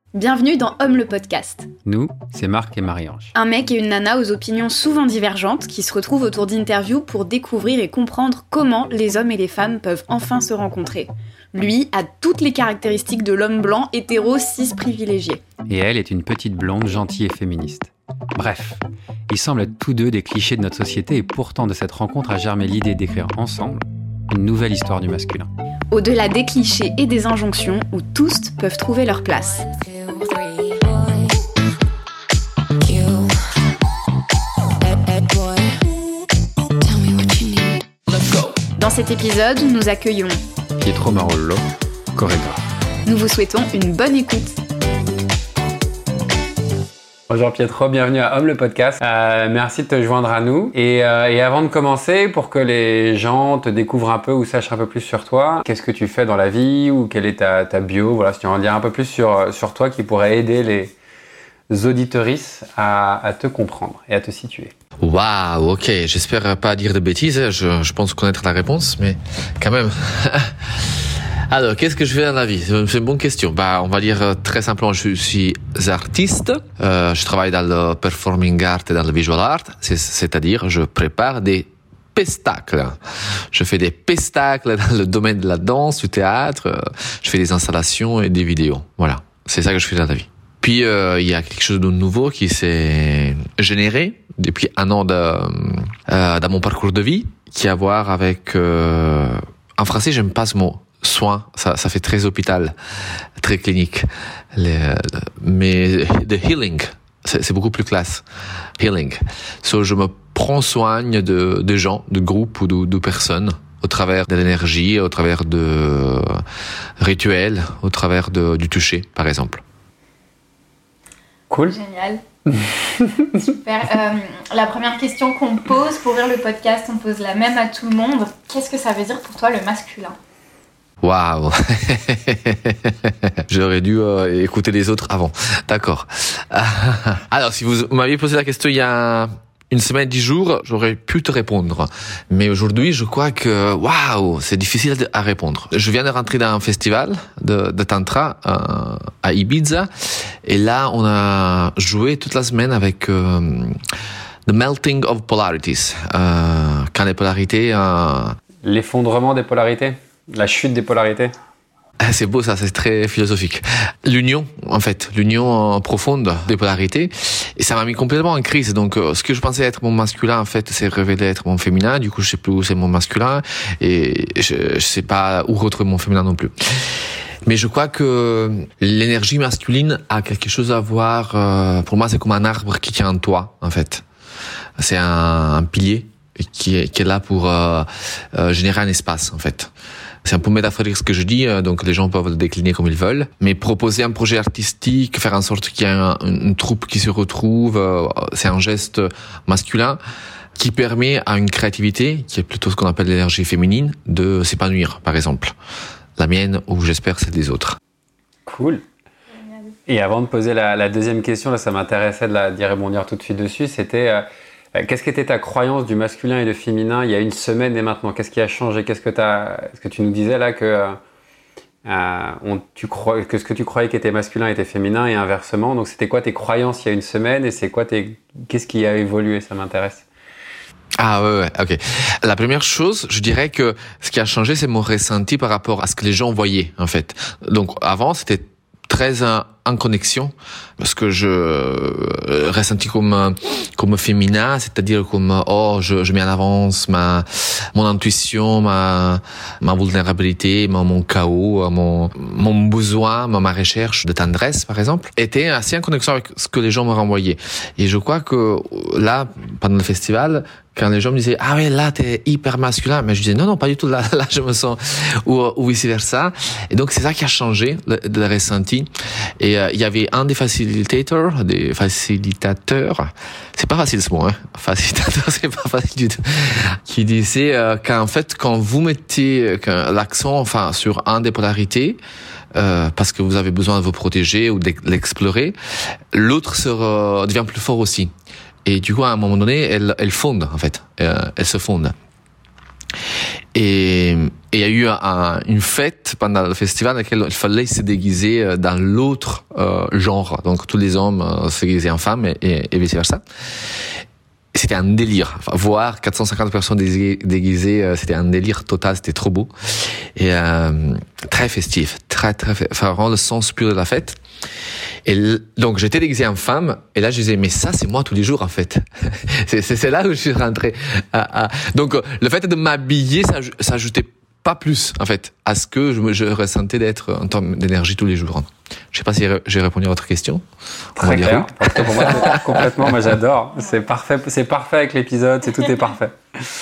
Bienvenue dans Homme le podcast. Nous, c'est Marc et Marie-Ange. Un mec et une nana aux opinions souvent divergentes qui se retrouvent autour d'interviews pour découvrir et comprendre comment les hommes et les femmes peuvent enfin se rencontrer. Lui a toutes les caractéristiques de l'homme blanc, hétéro, cis privilégié. Et elle est une petite blonde gentille et féministe. Bref, ils semblent être tous deux des clichés de notre société et pourtant de cette rencontre a germé l'idée d'écrire ensemble une nouvelle histoire du masculin. Au-delà des clichés et des injonctions où tous peuvent trouver leur place. Dans cet épisode, nous accueillons Pietro Marollo, chorégraphe. Nous vous souhaitons une bonne écoute. Bonjour Pietro, bienvenue à Homme le podcast. Merci de te joindre à nous. Et avant de commencer, pour que les gens te découvrent un peu ou sachent un peu plus sur toi, qu'est-ce que tu fais dans la vie ou quelle est ta bio? Voilà, si tu veux en dire un peu plus sur toi qui pourrait aider les auditorices à te comprendre et à te situer. Waouh, ok, j'espère pas dire de bêtises, je pense connaître la réponse, mais quand même. Alors, qu'est-ce que je fais dans la vie? C'est une bonne question. On va dire très simplement, je suis artiste. Je travaille dans le performing art et dans le visual art, c'est-à-dire je prépare des pestacles. Je fais des pestacles dans le domaine de la danse, du théâtre. Je fais des installations et des vidéos. Voilà, c'est ça que je fais dans la vie. Puis il y a quelque chose de nouveau qui s'est généré depuis un an dans mon parcours de vie, qui a à voir avec en français j'aime pas ce mot soin, ça fait très hôpital, très clinique, mais the healing, c'est beaucoup plus classe. Healing. Je me prends soin de gens, de groupes ou de personnes au travers de l'énergie, au travers de rituels, au travers du toucher par exemple. Cool. Génial. Super. La première question qu'on pose pour ouvrir le podcast, on pose la même à tout le monde. Qu'est-ce que ça veut dire pour toi le masculin? Waouh. J'aurais dû écouter les autres avant. D'accord. Alors, si vous m'aviez posé la question il y a une semaine, 10 jours, j'aurais pu te répondre. Mais aujourd'hui, je crois que, waouh, c'est difficile à répondre. Je viens de rentrer dans un festival de Tantra à Ibiza. Et là, on a joué toute la semaine avec The Melting of Polarities. Quand les polarités... L'effondrement des polarités? La chute des polarités? C'est beau ça, c'est très philosophique. L'union, en fait, l'union profonde des polarités. Et ça m'a mis complètement en crise. Donc, ce que je pensais être mon masculin, en fait, c'est révélé être mon féminin. Du coup, je sais plus où c'est mon masculin. Et je sais pas où retrouver mon féminin non plus. Mais je crois que l'énergie masculine a quelque chose à voir. Pour moi, c'est comme un arbre qui tient en toi, en fait. C'est un pilier qui est là pour générer un espace, en fait. C'est un peu métaphorique ce que je dis, donc les gens peuvent le décliner comme ils veulent. Mais proposer un projet artistique, faire en sorte qu'il y ait une troupe qui se retrouve, c'est un geste masculin qui permet à une créativité, qui est plutôt ce qu'on appelle l'énergie féminine, de s'épanouir, par exemple. La mienne, ou j'espère celle des autres. Cool. Et avant de poser la deuxième question, là, ça m'intéressait d'y rebondir tout de suite dessus, c'était... Qu'est-ce qu'était ta croyance du masculin et du féminin il y a une semaine et maintenant? Qu'est-ce qui a changé? Est-ce que tu nous disais là que ce que tu croyais qu'était masculin était féminin et inversement? Donc c'était quoi tes croyances il y a une semaine et qu'est-ce qui a évolué? Ça m'intéresse. Ah ouais, ok. La première chose, je dirais que ce qui a changé, c'est mon ressenti par rapport à ce que les gens voyaient en fait. Donc avant, c'était très en connexion, parce que je ressentis comme féminin, c'est-à-dire comme je mets en avance mon intuition, ma vulnérabilité, mon chaos, mon besoin, ma recherche de tendresse par exemple, était assez en connexion avec ce que les gens me renvoyaient. Et je crois que là, pendant le festival, quand les gens me disaient ah ouais là t'es hyper masculin, mais je disais non pas du tout, là je me sens ou vice versa. Et donc c'est ça qui a changé le ressenti. Et il y avait un des facilitateurs, c'est pas facile ce mot, hein. Facilitateur, c'est pas facile du tout, qui disait qu'en fait quand vous mettez l'accent sur un des polarités, parce que vous avez besoin de vous protéger ou de l'explorer, l'autre devient plus fort aussi. Et du coup, à un moment donné, elle fonde, en fait. Elle se fonde. Et Et il y a eu une fête pendant le festival dans laquelle il fallait se déguiser dans l'autre genre. Donc tous les hommes se déguisaient en femmes et vice versa. C'était un délire. Enfin, voir 450 personnes déguisées, c'était un délire total, c'était trop beau. Et très festif, enfin, vraiment le sens pur de la fête. Et donc j'étais déguisé en femme, et là je disais, mais ça c'est moi tous les jours en fait. c'est là où je suis rentré. Donc le fait de m'habiller, ça ajoutait pas plus en fait à ce que je ressentais d'être en termes d'énergie tous les jours. Je sais pas si j'ai répondu à votre question. Très clair. Parce que pour moi, c'est complètement. Moi, j'adore. C'est parfait. C'est parfait avec l'épisode. Tout est parfait.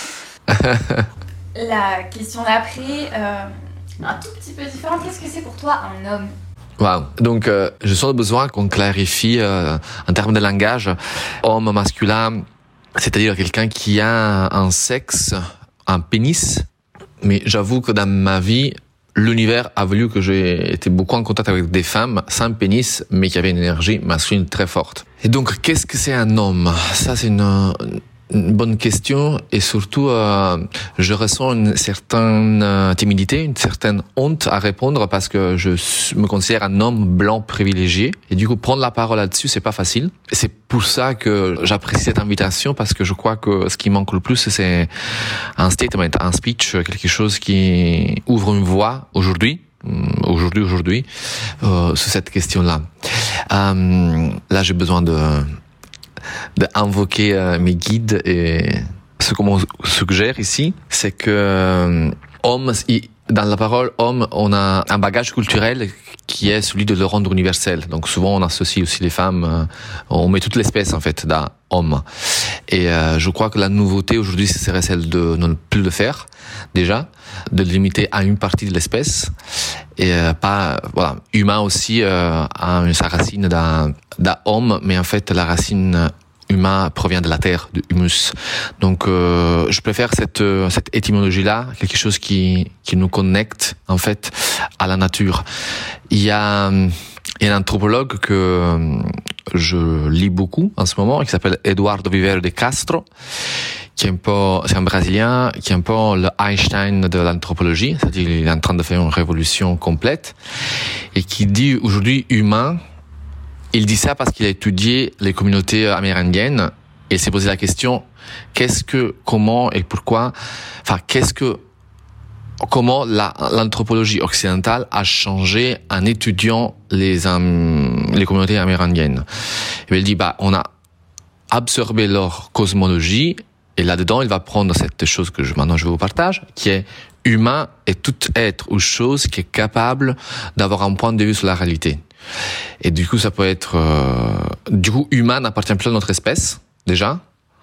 La question d'après, un tout petit peu différente. Qu'est-ce que c'est pour toi un homme? Wow. Donc, je sens le besoin qu'on clarifie en termes de langage, homme masculin, c'est-à-dire quelqu'un qui a un sexe, un pénis. Mais j'avoue que dans ma vie, l'univers a voulu que j'ai été beaucoup en contact avec des femmes sans pénis, mais qui avaient une énergie masculine très forte. Et donc, qu'est-ce que c'est un homme? Ça, c'est une bonne question. Et surtout, je ressens une certaine timidité, une certaine honte à répondre parce que je me considère un homme blanc privilégié. Et du coup, prendre la parole là-dessus, c'est pas facile. Et c'est pour ça que j'apprécie cette invitation parce que je crois que ce qui manque le plus, c'est un statement, un speech, quelque chose qui ouvre une voie aujourd'hui sur cette question-là. Là, j'ai besoin d'invoquer mes guides, et ce qu'on me suggère ici, c'est que homme, dans la parole homme, on a un bagage culturel qui est celui de le rendre universel. Donc souvent on associe aussi les femmes, on met toute l'espèce en fait dans homme. Et je crois que la nouveauté aujourd'hui, ce serait celle de ne plus le faire déjà, de le limiter à une partie de l'espèce, et pas voilà, humain aussi a sa racine dans homme, mais en fait la racine humain provient de la terre, de humus. Donc je préfère cette étymologie-là, quelque chose qui nous connecte en fait à la nature. Il y a un anthropologue que je lis beaucoup en ce moment, qui s'appelle Eduardo Viveiros de Castro, c'est un Brésilien, qui est un peu le Einstein de l'anthropologie, c'est-à-dire qu'il est en train de faire une révolution complète, et qui dit aujourd'hui humain. Il dit ça parce qu'il a étudié les communautés amérindiennes et s'est posé la question comment et pourquoi, comment l'anthropologie occidentale a changé en étudiant les communautés amérindiennes. Et il dit on a absorbé leur cosmologie, et là-dedans il va prendre cette chose que maintenant je vous partage, qui est humain et tout être ou chose qui est capable d'avoir un point de vue sur la réalité. Et du coup, ça peut être... humain n'appartient plus à notre espèce, déjà.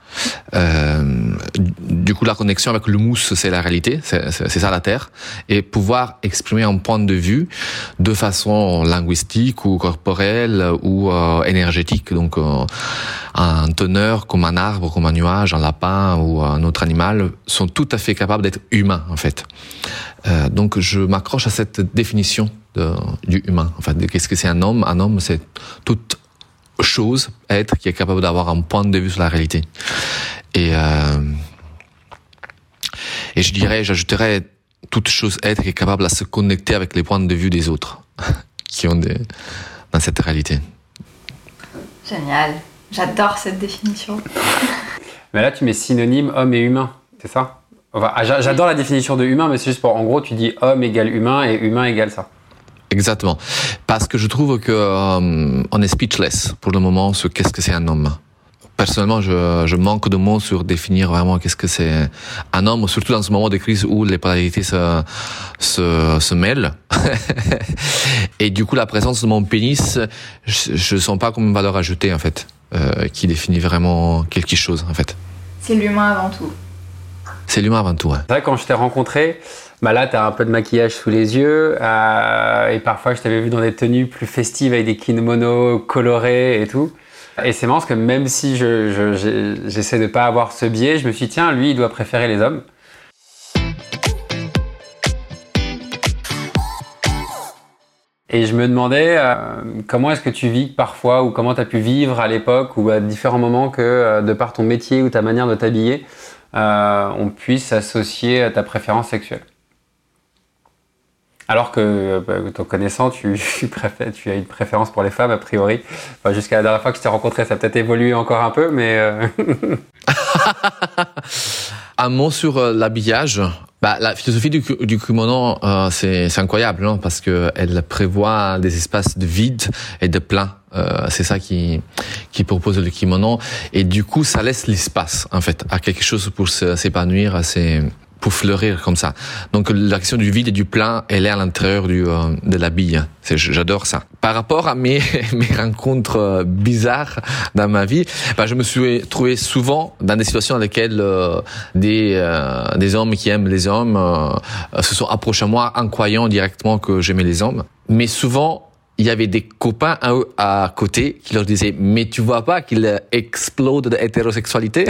Du coup, la connexion avec le mousse, c'est la réalité, c'est ça la Terre. Et pouvoir exprimer un point de vue de façon linguistique ou corporelle ou énergétique. Donc, un teneur comme un arbre, comme un nuage, un lapin ou un autre animal sont tout à fait capables d'être humains, en fait. Donc, je m'accroche à cette définition du humain. En fait, qu'est-ce que c'est un homme? Un homme, c'est toute chose, être qui est capable d'avoir un point de vue sur la réalité. Et j'ajouterais toute chose, être qui est capable de se connecter avec les points de vue des autres qui ont dans cette réalité. Génial. J'adore cette définition. Mais là, tu mets synonyme homme et humain, c'est ça? Enfin, j'adore la définition de humain, mais c'est juste en gros, tu dis homme égale humain et humain égale ça. Exactement. Parce que je trouve que on est speechless pour le moment sur qu'est-ce que c'est un homme. Personnellement, je manque de mots sur définir vraiment qu'est-ce que c'est un homme, surtout dans ce moment de crise où les polarités se mêlent. Et du coup, la présence de mon pénis, je sens pas comme une valeur ajoutée, en fait, qui définit vraiment quelque chose, en fait. C'est l'humain avant tout. C'est l'humain avant tout, ouais. C'est vrai, quand je t'ai rencontré, là, tu as un peu de maquillage sous les yeux, et parfois, je t'avais vu dans des tenues plus festives avec des kimonos colorés et tout. Et c'est marrant parce que même si j'essaie de pas avoir ce biais, je me suis dit, tiens, lui, il doit préférer les hommes. Et je me demandais comment est-ce que tu vis parfois, ou comment tu as pu vivre à l'époque, ou à différents moments que, de par ton métier ou ta manière de t'habiller, on puisse s'associer à ta préférence sexuelle. Alors que, te connaissant, tu as une préférence pour les femmes, a priori. Enfin, jusqu'à la dernière fois que je t'ai rencontré, ça a peut-être évolué encore un peu, mais... Un mot sur l'habillage. La philosophie du kimono, c'est incroyable, non, parce que elle prévoit des espaces de vide et de plein. C'est ça qui propose le kimono. Et du coup, ça laisse l'espace, en fait, à quelque chose pour s'épanouir, pour fleurir comme ça. Donc la question du vide et du plein, elle est à l'intérieur de l'habit. J'adore ça. Par rapport à mes rencontres bizarres dans ma vie, je me suis trouvé souvent dans des situations dans lesquelles des hommes qui aiment les hommes se sont approchés à moi en croyant directement que j'aimais les hommes. Mais souvent, il y avait des copains à eux à côté qui leur disaient mais tu vois pas qu'il explode d'hétérosexualité.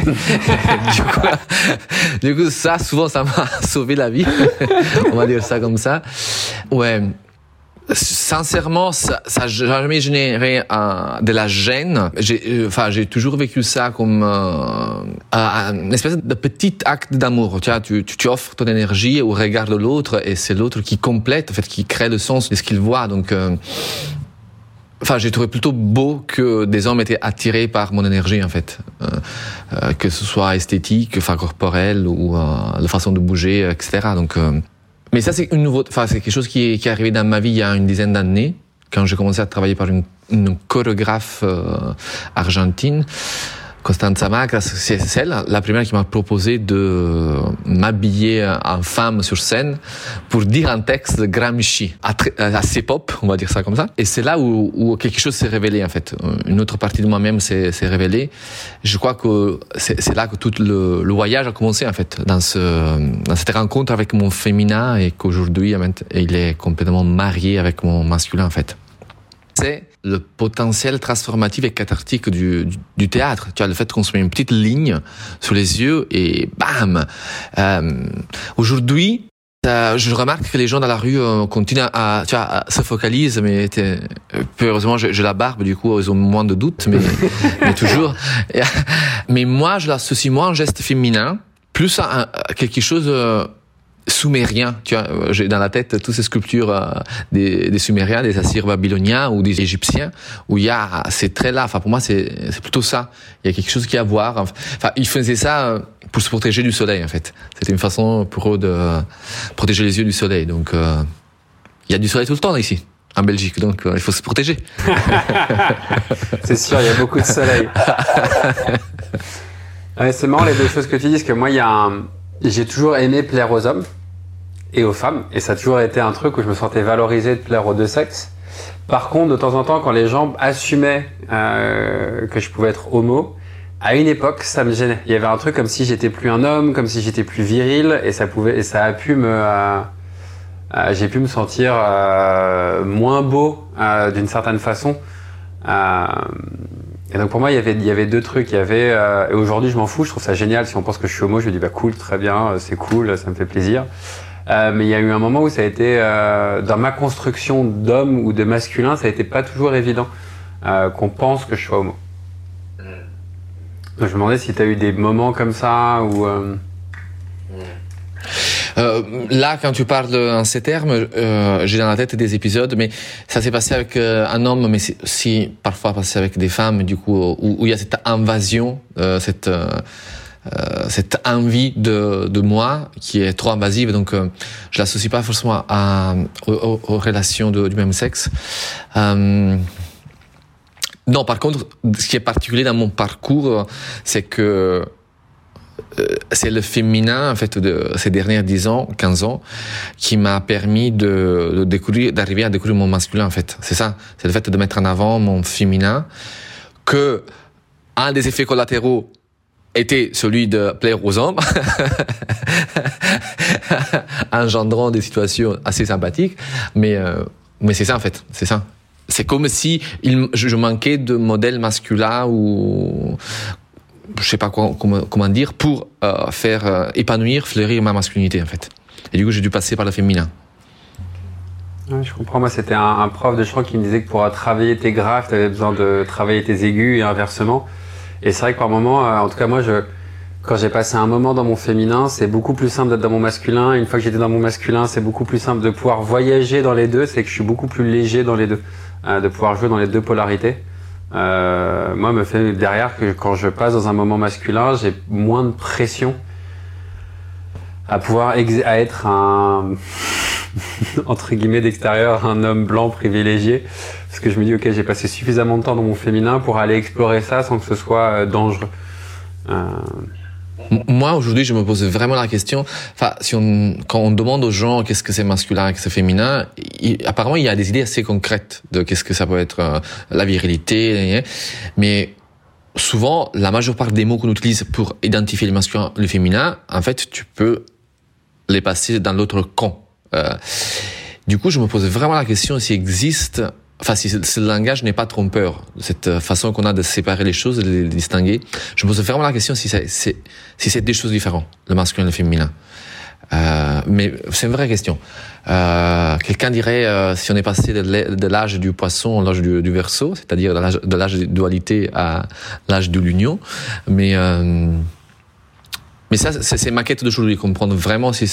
du coup ça souvent ça m'a sauvé la vie. On va dire ça comme ça. Ouais. Sincèrement, ça n'a jamais généré de la gêne. J'ai toujours vécu ça comme une espèce de petit acte d'amour. Tu vois, tu offres ton énergie au regard de l'autre et c'est l'autre qui complète, en fait, qui crée le sens de ce qu'il voit. Donc, j'ai trouvé plutôt beau que des hommes étaient attirés par mon énergie, en fait, que ce soit esthétique, corporelle ou la façon de bouger, etc. Donc mais ça, c'est c'est quelque chose qui est arrivé dans ma vie il y a une dizaine d'années, quand j'ai commencé à travailler par une chorégraphe argentine, Constanza Macra. C'est celle, la première qui m'a proposé de m'habiller en femme sur scène pour dire un texte de Gramsci, assez pop, on va dire ça comme ça. Et c'est là où quelque chose s'est révélé, en fait. Une autre partie de moi-même s'est révélée. Je crois que c'est là que tout le voyage a commencé, en fait, dans cette rencontre avec mon féminin, et qu'aujourd'hui, il est complètement marié avec mon masculin, en fait. C'est le potentiel transformatif et cathartique du théâtre. Tu vois, le fait qu'on se met une petite ligne sous les yeux et bam. Aujourd'hui, je remarque que les gens dans la rue continuent à se focaliser, mais heureusement j'ai la barbe, du coup ils ont moins de doutes, mais toujours. Mais moi, je l'associe moins à un geste féminin, plus à quelque chose sumérien. Tu vois, j'ai dans la tête toutes ces sculptures des Sumériens, des Assyriens babyloniens ou des Égyptiens, où il y a ces traits-là. Pour moi, c'est plutôt ça. Il y a quelque chose qui a à voir. Ils faisaient ça pour se protéger du soleil, en fait. C'était une façon pour eux de protéger les yeux du soleil. Donc, il y a du soleil tout le temps ici, en Belgique. Donc, il faut se protéger. C'est sûr, il y a beaucoup de soleil. Ouais, c'est marrant les deux choses que tu dis, parce que moi, j'ai toujours aimé plaire aux hommes et aux femmes, et ça a toujours été un truc où je me sentais valorisé de plaire aux deux sexes. Par contre, de temps en temps, quand les gens assumaient que je pouvais être homo, à une époque, ça me gênait. Il y avait un truc comme si j'étais plus un homme, comme si j'étais plus viril, et ça a pu j'ai pu me sentir moins beau d'une certaine façon. Et donc pour moi, il y avait deux trucs. Et aujourd'hui, je m'en fous, je trouve ça génial. Si on pense que je suis homo, je me dis cool, très bien, c'est cool, ça me fait plaisir. Mais il y a eu un moment où ça a été, dans ma construction d'homme ou de masculin, ça a été pas toujours évident qu'on pense que je sois homo. Donc je me demandais si tu as eu des moments comme ça où... Là, quand tu parles en ces termes, j'ai dans la tête des épisodes, mais ça s'est passé avec un homme, mais c'est aussi parfois passé avec des femmes, du coup, où il y a cette invasion, cette envie de moi qui est trop invasive, donc je l'associe pas forcément aux relations du même sexe. Non, par contre, ce qui est particulier dans mon parcours, c'est que c'est le féminin, en fait, de ces dernières 10 ans, 15 ans, qui m'a permis d'arriver à découvrir mon masculin, en fait. C'est ça. C'est le fait de mettre en avant mon féminin, que un des effets collatéraux était celui de plaire aux hommes, engendrant des situations assez sympathiques, mais c'est ça, en fait. C'est ça. C'est comme si je manquais de modèle masculin ou je sais pas comment dire, pour faire épanouir, fleurir ma masculinité, en fait. Et du coup, j'ai dû passer par le féminin. Ouais, je comprends. Moi, c'était un prof de chant qui me disait que pour travailler tes graves, tu avais besoin de travailler tes aigus et inversement. Et c'est vrai que par moments, en tout cas moi, Quand j'ai passé un moment dans mon féminin, c'est beaucoup plus simple d'être dans mon masculin. Une fois que j'étais dans mon masculin, c'est beaucoup plus simple de pouvoir voyager dans les deux. C'est que je suis beaucoup plus léger dans les deux, de pouvoir jouer dans les deux polarités. Moi, me fait derrière que quand je passe dans un moment masculin, j'ai moins de pression à pouvoir à être un entre guillemets d'extérieur, un homme blanc privilégié. Parce que je me dis, ok, j'ai passé suffisamment de temps dans mon féminin pour aller explorer ça sans que ce soit dangereux. Moi, aujourd'hui, je me pose vraiment la question. Enfin, quand on demande aux gens qu'est-ce que c'est masculin, qu'est-ce que c'est féminin, apparemment, il y a des idées assez concrètes de qu'est-ce que ça peut être la virilité. Mais souvent, la majeure part des mots qu'on utilise pour identifier le masculin, le féminin, en fait, tu peux les passer dans l'autre camp. Du coup, je me pose vraiment la question s'il existe. Enfin, si ce langage n'est pas trompeur, cette façon qu'on a de séparer les choses, de les distinguer, je me pose vraiment la question si c'est des choses différentes, le masculin et le féminin. Mais c'est une vraie question. Quelqu'un dirait, si on est passé de l'âge du poisson à l'âge du Verseau, c'est-à-dire de l'âge de dualité à l'âge de l'union, mais ça, c'est ma quête d'aujourd'hui, comprendre vraiment si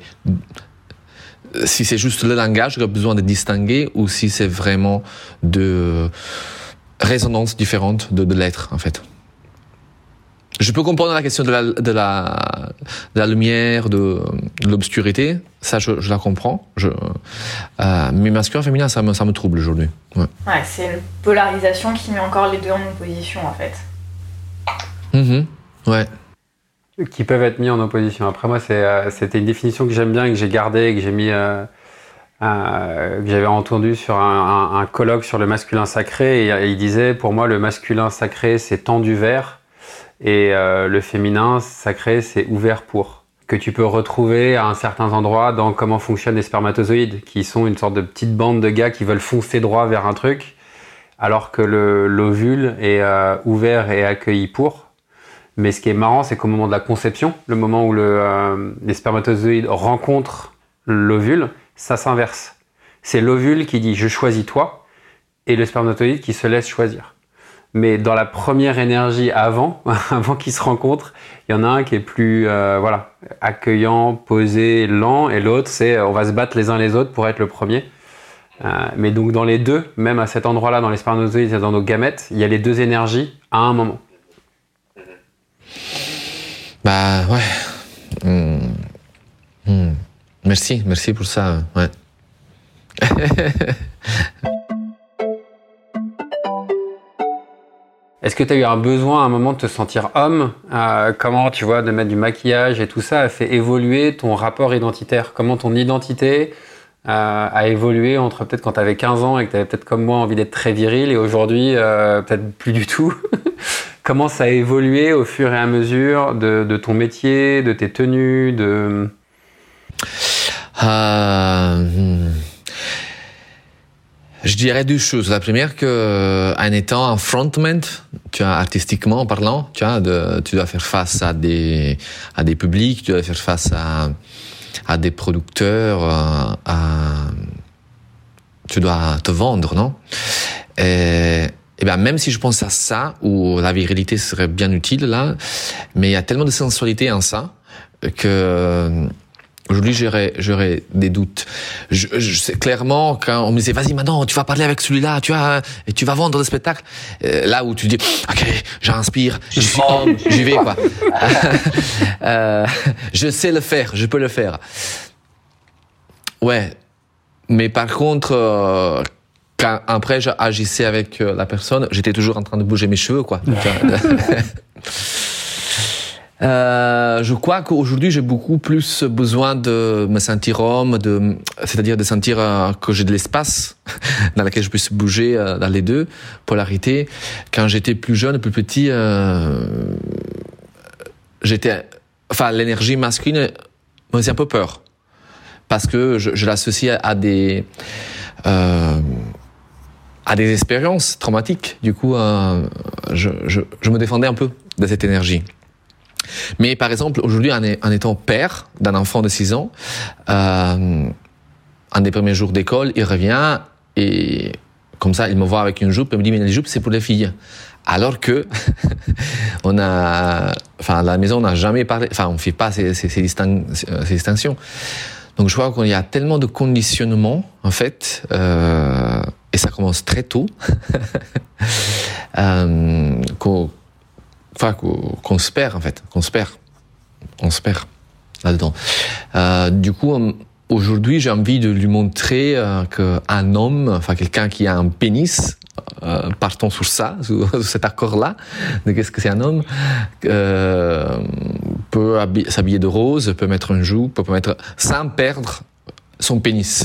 c'est juste le langage qui a besoin de distinguer ou si c'est vraiment de résonances différentes de l'être, en fait. Je peux comprendre la question de la lumière, de l'obscurité. Ça, je la comprends. Mais masculin, féminin, ça me trouble aujourd'hui. Ouais, c'est une polarisation qui met encore les deux en opposition, en fait. Ouais. Qui peuvent être mis en opposition. Après moi, c'était une définition que j'aime bien et que j'ai gardée et que j'ai mis, que j'avais entendu sur un colloque sur le masculin sacré. Et il disait, pour moi, le masculin sacré, c'est tendu vers, et le féminin sacré, c'est ouvert pour. Que tu peux retrouver à un certain endroit dans comment fonctionnent les spermatozoïdes, qui sont une sorte de petite bande de gars qui veulent foncer droit vers un truc, alors que l'ovule est ouvert et accueilli pour. Mais ce qui est marrant, c'est qu'au moment de la conception, le moment où les spermatozoïdes rencontrent l'ovule, ça s'inverse. C'est l'ovule qui dit « je choisis toi » et le spermatozoïde qui se laisse choisir. Mais dans la première énergie avant qu'ils se rencontrent, il y en a un qui est plus accueillant, posé, lent, et l'autre, c'est on va se battre les uns les autres pour être le premier. Mais donc dans les deux, même à cet endroit-là, dans les spermatozoïdes et dans nos gamètes, il y a les deux énergies à un moment. Bah ouais. Merci pour ça. Ouais. Est-ce que tu as eu un besoin à un moment de te sentir homme ? Comment, tu vois, de mettre du maquillage et tout ça a fait évoluer ton rapport identitaire ? Comment ton identité a évolué entre peut-être quand tu avais 15 ans et que tu avais peut-être comme moi envie d'être très viril et aujourd'hui peut-être plus du tout. Comment ça a évolué au fur et à mesure de ton métier, de tes tenues, de... Je dirais deux choses. La première, en étant un frontman, tu as artistiquement parlant, tu dois faire face à des publics, tu dois faire face à des producteurs, tu dois te vendre, non? Et bien, même si je pense à ça, où la virilité serait bien utile, là, mais il y a tellement de sensualité en ça, que, aujourd'hui, j'aurais des doutes. C'est clairement, quand on me disait, vas-y, maintenant, tu vas parler avec celui-là, et tu vas vendre le spectacle. Là où tu dis, ok, j'inspire, je suis homme, j'y vais, quoi. Je sais le faire, je peux le faire. Ouais. Mais par contre, quand après j'agissais avec la personne, j'étais toujours en train de bouger mes cheveux, quoi. Je crois qu'aujourd'hui j'ai beaucoup plus besoin de me sentir homme, c'est-à-dire de sentir que j'ai de l'espace dans lequel je puisse bouger dans les deux polarités. Quand j'étais plus jeune, plus petit, l'énergie masculine me faisait un peu peur parce que je l'associe à des expériences traumatiques. Du coup, je me défendais un peu de cette énergie. Mais par exemple, aujourd'hui, en étant père d'un enfant de 6 ans, un des premiers jours d'école, il revient et comme ça, il me voit avec une jupe et me dit, mais les jupes, c'est pour les filles. Alors que, à la maison, on n'a jamais parlé, on fait pas ces distinctions. Donc, je vois qu'il y a tellement de conditionnement, en fait, et ça commence très tôt, qu'on se perd, en fait, on se perd là-dedans. Du coup, aujourd'hui, j'ai envie de lui montrer qu'un homme, quelqu'un qui a un pénis, partons sur ça, sur cet accord-là, de qu'est-ce que c'est un homme, peut s'habiller de rose, peut mettre une jupe, peut mettre sans perdre son pénis.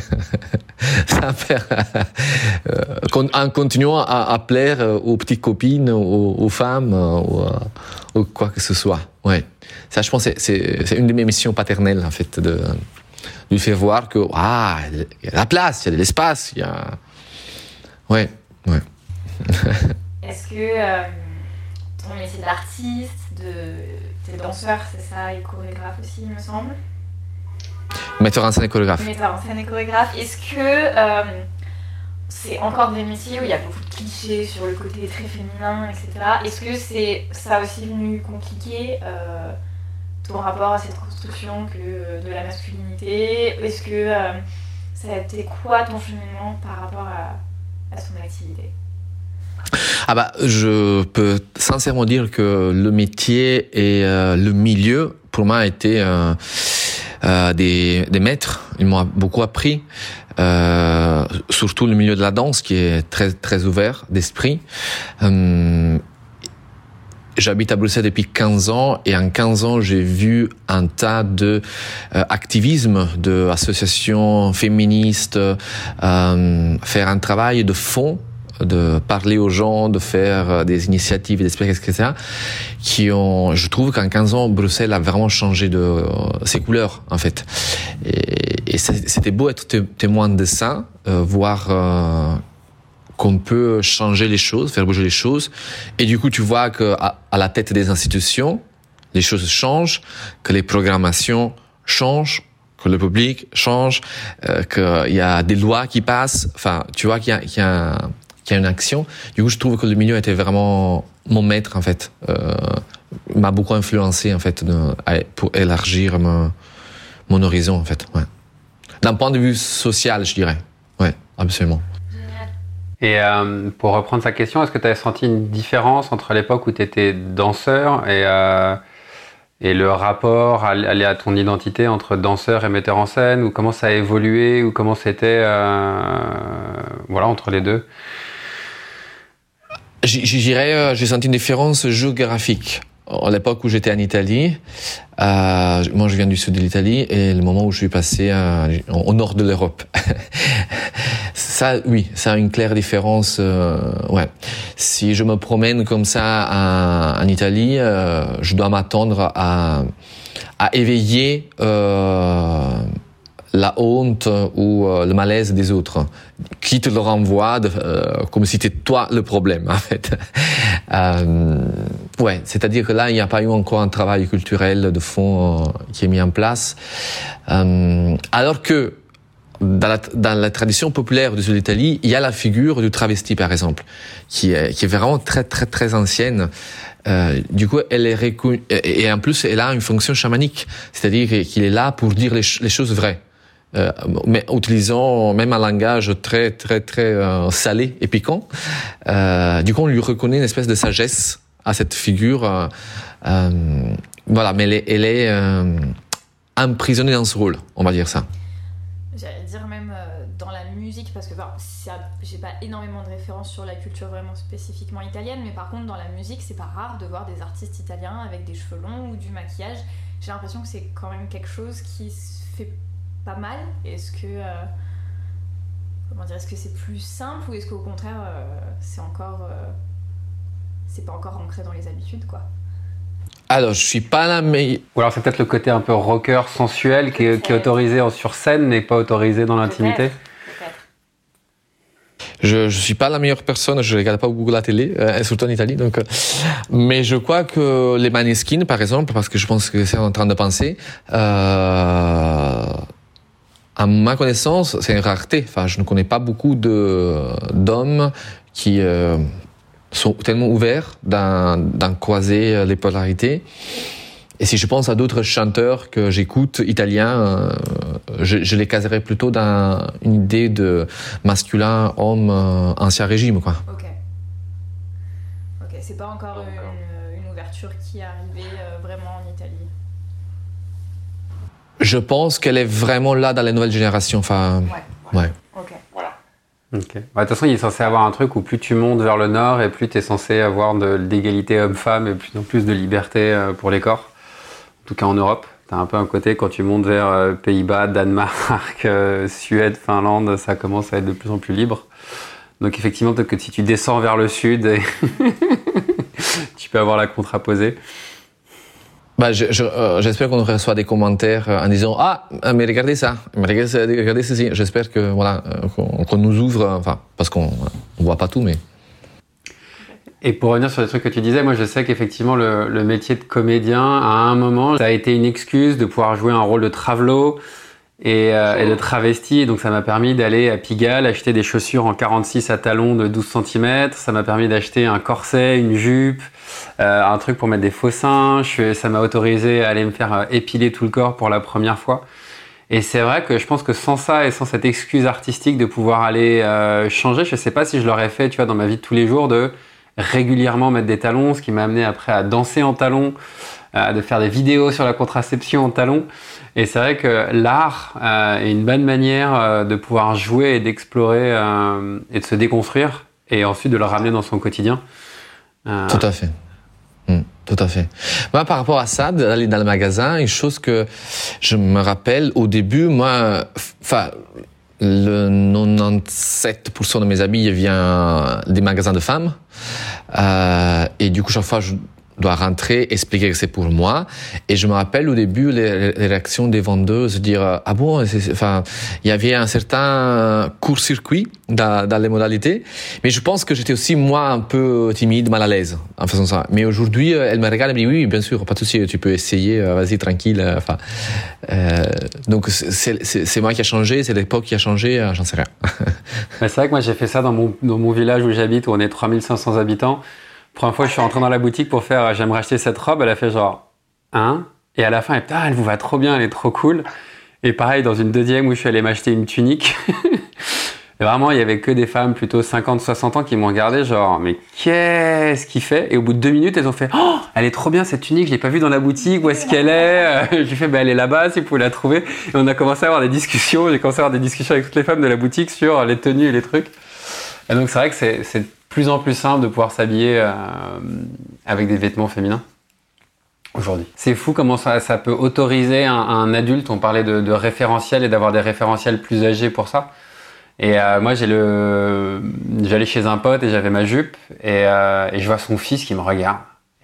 En continuant à plaire aux petites copines, aux femmes, ou quoi que ce soit. Ouais. Ça, je pense, c'est une de mes missions paternelles, en fait, de lui faire voir que, il y a la place, il y a de l'espace, il y a... Ouais. Est-ce que ton métier d'artiste, t'es danseur, c'est ça, et chorégraphe aussi, il me semble? Metteur en scène et chorégraphe. Est-ce que c'est encore des métiers où il y a beaucoup de clichés sur le côté très féminin, etc. Est-ce que ça a aussi venu compliquer ton rapport à cette construction de la masculinité? Est-ce que ça a été quoi ton cheminement par rapport à son activité? Je peux sincèrement dire que le métier et le milieu, pour moi, a été des maîtres. Ils m'ont beaucoup appris, surtout le milieu de la danse qui est très très ouvert d'esprit. J'habite à Bruxelles depuis 15 ans et en 15 ans, j'ai vu un tas de activisme, de associations féministes, faire un travail de fond, de parler aux gens, de faire des initiatives, des spectacles, etc. Je trouve qu'en 15 ans, Bruxelles a vraiment changé de ses couleurs, en fait. Et c'était beau être témoin de ça, voir qu'on peut changer les choses, faire bouger les choses. Et du coup, tu vois que à la tête des institutions, les choses changent, que les programmations changent, que le public change, qu'il y a des lois qui passent. Tu vois qu'il y a une action. Du coup, je trouve que le milieu était vraiment mon maître, en fait. M'a beaucoup influencé, en fait, pour élargir mon horizon, en fait. Ouais. D'un point de vue social, je dirais. Ouais, absolument. Et pour reprendre sa question, est-ce que tu as senti une différence entre l'époque où tu étais danseur et le rapport à ton identité entre danseur et metteur en scène, ou comment ça a évolué, ou comment c'était entre les deux? J'ai senti une différence géographique. À l'époque où j'étais en Italie, moi je viens du sud de l'Italie, et le moment où je suis passé au nord de l'Europe. Ça, oui, ça a une claire différence. Ouais. Si je me promène comme ça en Italie, je dois m'attendre à éveiller la honte ou le malaise des autres, qui te le renvoie comme si c'était toi le problème, en fait. Ouais, c'est-à-dire que là, il n'y a pas eu encore un travail culturel de fond qui est mis en place. Alors que dans la tradition populaire du sud de l'Italie, il y a la figure du travesti, par exemple, qui est vraiment très très très ancienne. Du coup, elle est reconnue, et en plus, elle a une fonction chamanique, c'est-à-dire qu'il est là pour dire les choses vraies. Mais utilisant même un langage très très très salé et piquant. Du coup, on lui reconnaît une espèce de sagesse à cette figure. Voilà, mais elle est emprisonnée dans ce rôle, on va dire ça. J'allais dire même dans la musique, parce que j'ai pas énormément de références sur la culture vraiment spécifiquement italienne, mais par contre dans la musique, c'est pas rare de voir des artistes italiens avec des cheveux longs ou du maquillage. J'ai l'impression que c'est quand même quelque chose qui se fait pas mal. Est-ce que est-ce que c'est plus simple, ou est-ce qu'au contraire c'est pas encore ancré dans les habitudes, quoi? Alors, je suis pas la meilleure. Ou alors c'est peut-être le côté un peu rocker sensuel qui est autorisé sur scène, mais pas autorisé dans l'intimité. Je suis pas la meilleure personne, je regarde pas beaucoup la télé, surtout en Italie, donc. Mais je crois que les Maneskin, par exemple, parce que je pense que c'est en train de penser, à ma connaissance, c'est une rareté. Enfin, je ne connais pas beaucoup d'hommes qui sont tellement ouverts d'en croiser les polarités. Et si je pense à d'autres chanteurs que j'écoute, italiens, je les caserais plutôt dans une idée de masculin, homme, ancien régime, quoi. Ok, c'est pas encore une ouverture qui est arrivée vraiment en Italie. Je pense qu'elle est vraiment là dans les nouvelles générations. Enfin, ouais. Ok. Voilà. Ok. De toute façon, il est censé avoir un truc où plus tu montes vers le nord et plus tu es censé avoir d'égalité homme-femme et plus en plus de liberté pour les corps. En tout cas en Europe, tu as un peu un côté quand tu montes vers Pays-Bas, Danemark, Suède, Finlande, ça commence à être de plus en plus libre. Donc effectivement, peut-être que si tu descends vers le sud, tu peux avoir la contraposée. Bah, j'espère qu'on reçoit des commentaires en disant ah mais regardez ça, regardez ceci. J'espère que voilà qu'on nous ouvre, enfin parce qu'on voit pas tout, mais. Et pour revenir sur les trucs que tu disais, moi je sais qu'effectivement le métier de comédien, à un moment, ça a été une excuse de pouvoir jouer un rôle de travelot et de travesti. Donc ça m'a permis d'aller à Pigalle, acheter des chaussures en 46 à talons de 12 cm. Ça m'a permis d'acheter un corset, une jupe, un truc pour mettre des faux seins. Ça m'a autorisé à aller me faire épiler tout le corps pour la première fois. Et c'est vrai que je pense que sans ça et sans cette excuse artistique de pouvoir aller changer, je sais pas si je l'aurais fait, tu vois, dans ma vie de tous les jours, de régulièrement mettre des talons, ce qui m'a amené après à danser en talons, de faire des vidéos sur la contraception en talons. Et c'est vrai que l'art est une bonne manière de pouvoir jouer et d'explorer et de se déconstruire et ensuite de le ramener dans son quotidien. Tout à fait. Tout à fait. Moi, par rapport à ça, d'aller dans le magasin, une chose que je me rappelle au début, moi, enfin, le 97% de mes habits vient des magasins de femmes. Et du coup, chaque fois, je dois rentrer, expliquer que c'est pour moi. Et je me rappelle au début les réactions des vendeuses, dire ah bon, enfin, il y avait un certain court-circuit dans les modalités. Mais je pense que j'étais aussi moi un peu timide, mal à l'aise en faisant ça. Mais aujourd'hui, elle me regarde et me dit oui, bien sûr, pas de souci, tu peux essayer, vas-y tranquille. Enfin, donc c'est moi qui a changé, c'est l'époque qui a changé, j'en sais rien. C'est vrai que moi j'ai fait ça dans mon village où j'habite, où on est 3500 habitants. Première fois, je suis rentré dans la boutique pour faire j'aimerais acheter cette robe. Elle a fait genre et à la fin, elle vous va trop bien, elle est trop cool. Et pareil, dans une deuxième où je suis allé m'acheter une tunique. Et vraiment, il y avait que des femmes plutôt 50-60 ans qui m'ont regardé genre mais qu'est-ce qu'il fait? Et au bout de 2 minutes, elles ont fait oh, elle est trop bien cette tunique, je l'ai pas vue dans la boutique, où est-ce qu'elle est? Je lui ai fait elle est là-bas, si vous pouvez la trouver. Et on a commencé à avoir des discussions. J'ai commencé à avoir des discussions avec toutes les femmes de la boutique sur les tenues et les trucs. Et donc c'est vrai que c'est de plus en plus simple de pouvoir s'habiller avec des vêtements féminins aujourd'hui. C'est fou comment ça peut autoriser un adulte, on parlait de référentiel et d'avoir des référentiels plus âgés pour ça. Et moi j'allais chez un pote et j'avais ma jupe et je vois son fils qui me regarde.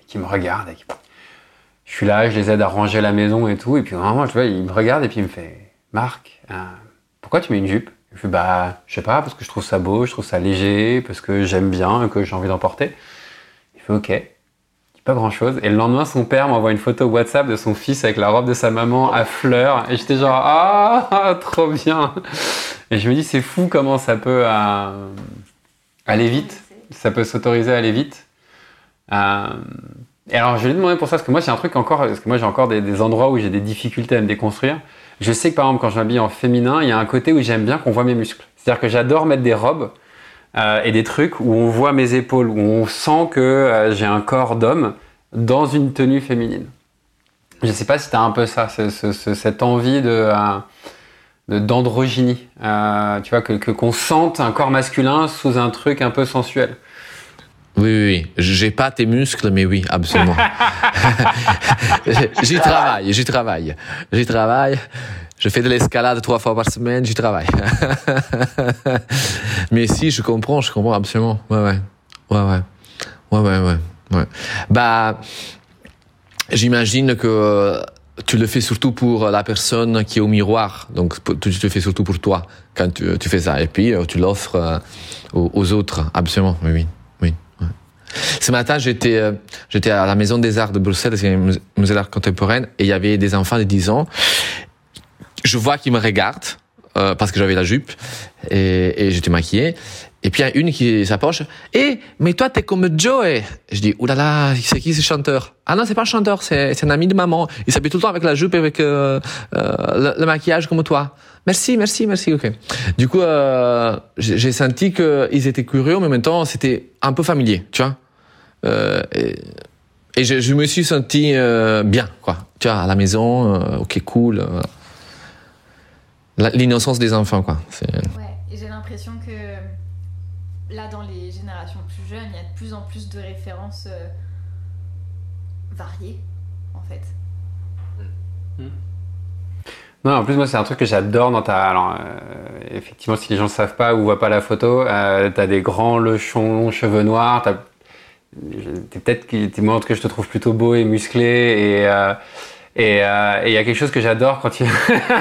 Je suis là, je les aide à ranger la maison et tout, et puis vraiment, tu vois, il me regarde et puis il me fait Marc, pourquoi tu mets une jupe? Je fais je sais pas, parce que je trouve ça beau, je trouve ça léger, parce que j'aime bien, que j'ai envie d'en porter. Il fait ok, pas grand chose. Et le lendemain, son père m'envoie une photo WhatsApp de son fils avec la robe de sa maman à fleurs, et j'étais genre ah trop bien. Et je me dis c'est fou comment ça peut aller vite, ça peut s'autoriser à aller vite. Et alors je lui ai demandé pour ça, parce que moi j'ai un truc encore, parce que moi j'ai encore des endroits où j'ai des difficultés à me déconstruire. Je sais que par exemple quand je m'habille en féminin, il y a un côté où j'aime bien qu'on voit mes muscles. C'est-à-dire que j'adore mettre des robes et des trucs où on voit mes épaules, où on sent que j'ai un corps d'homme dans une tenue féminine. Je sais pas si tu as un peu ça, cette envie d'androgynie, tu vois, qu'on sente un corps masculin sous un truc un peu sensuel. Oui. J'ai pas tes muscles, mais oui, absolument. J'y travaille. Je fais de l'escalade 3 fois par semaine, j'y travaille. Mais si, je comprends absolument. Ouais. Bah, j'imagine que tu le fais surtout pour la personne qui est au miroir. Donc, tu le fais surtout pour toi quand tu fais ça. Et puis, tu l'offres aux autres. Absolument, oui. Ce matin, j'étais à la Maison des Arts de Bruxelles, c'est un musée d'art contemporain, et il y avait des enfants de 10 ans. Je vois qu'ils me regardent, parce que j'avais la jupe et j'étais maquillé. Et puis il y a une qui s'approche. Mais toi t'es comme Joey. Je dis oulala, c'est qui ce chanteur? Ah non, c'est pas un chanteur, c'est un ami de maman. Il s'habille tout le temps avec la jupe et avec le maquillage comme toi. Merci, ok. Du coup, j'ai senti que ils étaient curieux, mais en même temps c'était un peu familier, tu vois. Et je me suis senti bien, quoi. Tu vois, à la maison, ok, cool. L'innocence des enfants, quoi. Ouais, et j'ai l'impression que là, dans les générations plus jeunes, il y a de plus en plus de références variées, en fait. Non, en plus, moi, c'est un truc que j'adore dans ta... Alors, effectivement, si les gens ne savent pas ou voient pas la photo, t'as des grands longs cheveux noirs, moi, en tout cas, je te trouve plutôt beau et musclé, et il y a quelque chose que j'adore quand tu...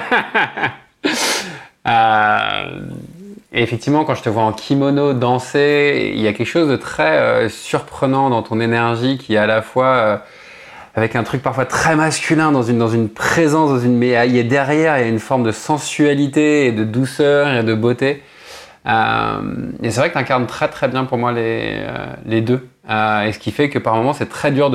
Et effectivement, quand je te vois en kimono danser, il y a quelque chose de très surprenant dans ton énergie qui est à la fois avec un truc parfois très masculin dans une présence, mais il y a derrière, il y a une forme de sensualité et de douceur et de beauté. Et c'est vrai que tu incarnes très très bien pour moi les deux. Et ce qui fait que par moments, c'est très dur de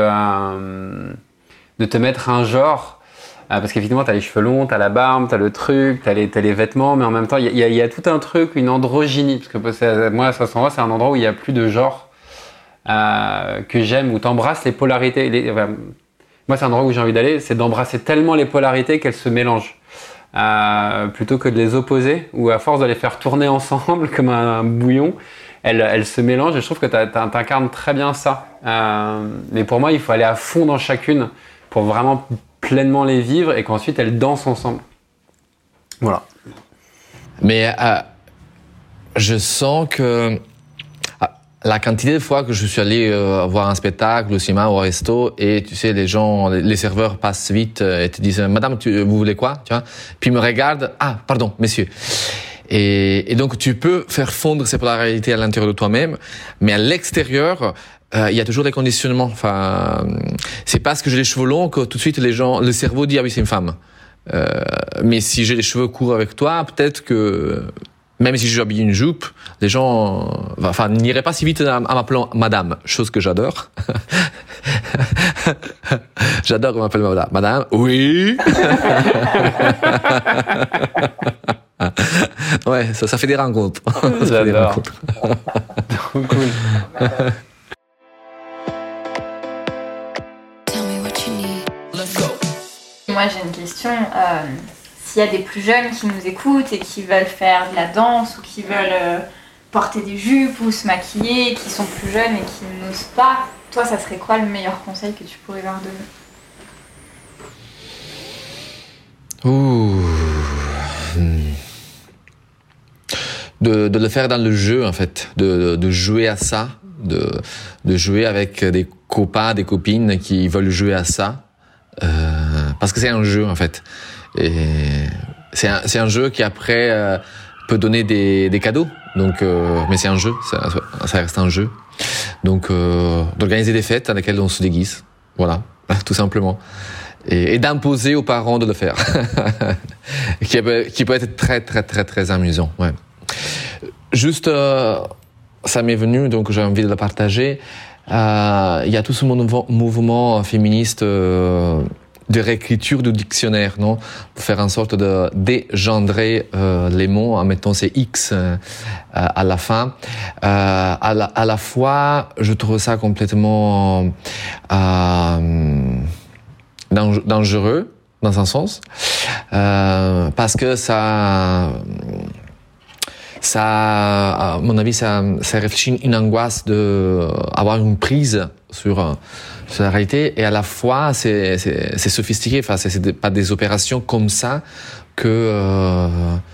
te mettre un genre. Parce qu'effectivement, t'as les cheveux longs, t'as la barbe, t'as le truc, t'as les vêtements, mais en même temps, il y a tout un truc, une androgynie. Parce que moi, à ce moment-là, c'est un endroit où il n'y a plus de genre que j'aime, où t'embrasses les polarités. Moi, c'est un endroit où j'ai envie d'aller, c'est d'embrasser tellement les polarités qu'elles se mélangent. Plutôt que de les opposer, ou à force de les faire tourner ensemble comme un bouillon, elles se mélangent, et je trouve que t'incarnes très bien ça. Mais pour moi, il faut aller à fond dans chacune pour vraiment pleinement les vivre et qu'ensuite elles dansent ensemble. Voilà. Mais je sens que la quantité de fois que je suis allé voir un spectacle au cinéma ou au resto et tu sais les serveurs passent vite et te disent madame vous voulez quoi, tu vois, puis ils me regardent, ah pardon messieurs, et donc tu peux faire fondre ces polarités à l'intérieur de toi-même, mais à l'extérieur il y a toujours des conditionnements. Enfin, c'est parce que j'ai les cheveux longs que tout de suite le cerveau dit ah oui c'est une femme. Mais si j'ai les cheveux courts avec toi, peut-être que même si j'habille une jupe, les gens, n'iraient pas si vite en m'appelant madame, chose que j'adore. J'adore qu'on m'appelle madame. Oui. Ouais, ça fait des rencontres. J'adore. Trop cool. Moi j'ai une question, s'il y a des plus jeunes qui nous écoutent et qui veulent faire de la danse ou qui veulent porter des jupes ou se maquiller, qui sont plus jeunes et qui n'osent pas, toi ça serait quoi le meilleur conseil que tu pourrais leur donner? De le faire dans le jeu en fait, de jouer à ça, de jouer avec des copains, des copines qui veulent jouer à ça. Parce que c'est un jeu en fait, et c'est un jeu qui après peut donner des cadeaux. Donc, mais c'est un jeu, ça reste un jeu. Donc, d'organiser des fêtes dans lesquelles on se déguise, voilà, tout simplement, et d'imposer aux parents de le faire, qui peut être très très très très amusant. Ouais. Juste, ça m'est venu, donc j'ai envie de le partager. Il y a tout ce mouvement féministe de réécriture du dictionnaire, non, pour faire en sorte de dégendrer les mots en mettant ces X à la fin. À la fois, je trouve ça complètement dangereux dans un sens, parce que ça, à mon avis, ça réfléchit une angoisse de avoir une prise sur la réalité, et à la fois c'est sophistiqué. Enfin, c'est pas des opérations comme ça que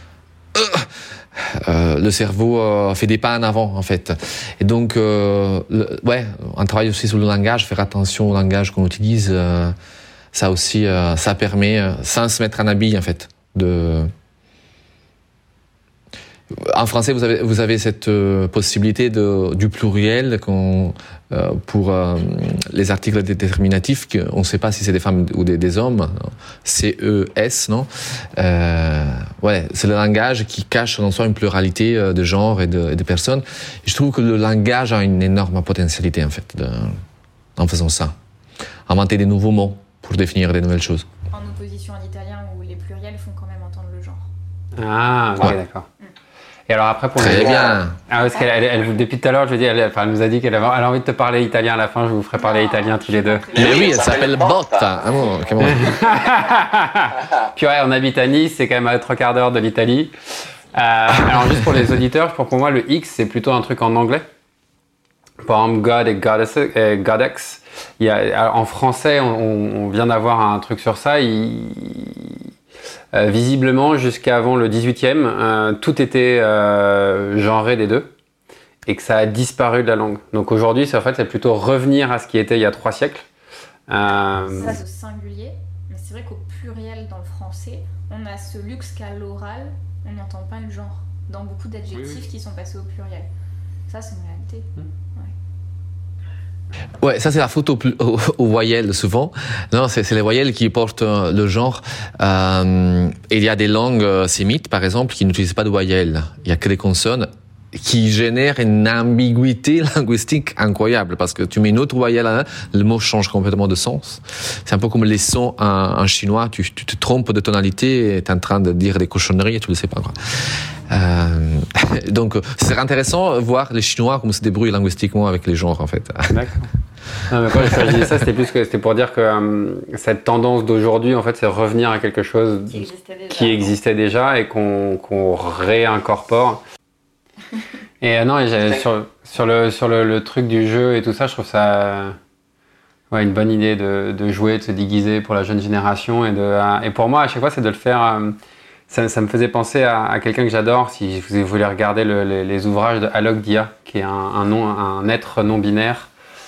le cerveau fait des pas en avant en fait. Et donc on travaille aussi sur le langage, faire attention au langage qu'on utilise. Ça aussi, ça permet, sans se mettre en habit en fait, En français, vous avez cette possibilité du pluriel pour les articles déterminatifs. On ne sait pas si c'est des femmes ou des hommes. CES, non? Ouais, c'est le langage qui cache en soi une pluralité de genres et de personnes. Et je trouve que le langage a une énorme potentialité, en fait, en faisant ça. Inventer des nouveaux mots pour définir des nouvelles choses. En opposition à l'italien où les pluriels font quand même entendre le genre. Ah, ok, d'accord. Et alors après, pour Très bien. Ah, parce qu'elle, depuis tout à l'heure, je dis, elle nous a dit qu'elle a envie de te parler italien à la fin. Je vous ferai parler italien tous les deux. Mais oui, elle s'appelle Botta. Ah bon, comment... Puis ouais, on habite à Nice, c'est quand même à 3/4 d'heure de l'Italie. Alors juste pour les auditeurs, pour moi, le X, c'est plutôt un truc en anglais. Par exemple, God et Godex. En français, on vient d'avoir un truc sur ça. Visiblement, jusqu'à avant le 18e, tout était genré des deux et que ça a disparu de la langue. Donc aujourd'hui, c'est plutôt revenir à ce qui était il y a 3 siècles. Ça, c'est au singulier, mais c'est vrai qu'au pluriel dans le français, on a ce luxe qu'à l'oral, on n'entend pas le genre dans beaucoup d'adjectifs qui sont passés au pluriel. Ça, c'est une réalité. Ouais, ça c'est la faute aux voyelles souvent. Non, c'est les voyelles qui portent le genre. Et il y a des langues sémites, par exemple, qui n'utilisent pas de voyelles. Il y a que des consonnes qui génèrent une ambiguïté linguistique incroyable parce que tu mets une autre voyelle, le mot change complètement de sens. C'est un peu comme les sons en chinois. Tu te trompes de tonalité et t'es en train de dire des cochonneries et tu le sais pas, quoi. Donc, c'est intéressant de voir les Chinois comment se débrouillent linguistiquement avec les genres, en fait. D'accord. Non, mais quand je disais ça, c'était pour dire que cette tendance d'aujourd'hui, en fait, c'est revenir à quelque chose qui existait déjà et qu'on réincorpore. Et non, et sur le truc du jeu et tout ça, je trouve ça une bonne idée de jouer, de se déguiser pour la jeune génération et pour moi, à chaque fois, c'est de le faire. Ça me faisait penser à quelqu'un que j'adore, si vous voulez regarder les ouvrages de Alok Dia, qui est un être non-binaire,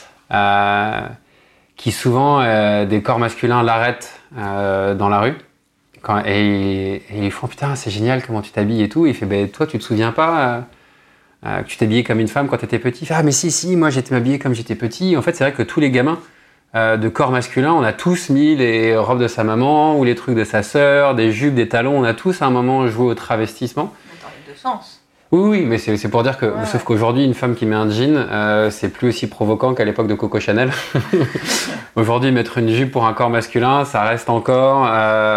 qui souvent, des corps masculins l'arrêtent dans la rue. Et ils font « Putain, c'est génial comment tu t'habilles et tout ». Et il fait « Toi, tu te souviens pas que tu t'habillais comme une femme quand tu étais petit ?» Il fait « Ah mais si, moi j'étais habillé comme j'étais petit ». En fait, c'est vrai que tous les gamins de corps masculin, on a tous mis les robes de sa maman ou les trucs de sa sœur, des jupes, des talons. On a tous à un moment joué au travestissement. Dans les deux sens. Oui, mais c'est pour dire que, sauf qu'aujourd'hui, une femme qui met un jean, c'est plus aussi provoquant qu'à l'époque de Coco Chanel. Aujourd'hui, mettre une jupe pour un corps masculin, ça reste encore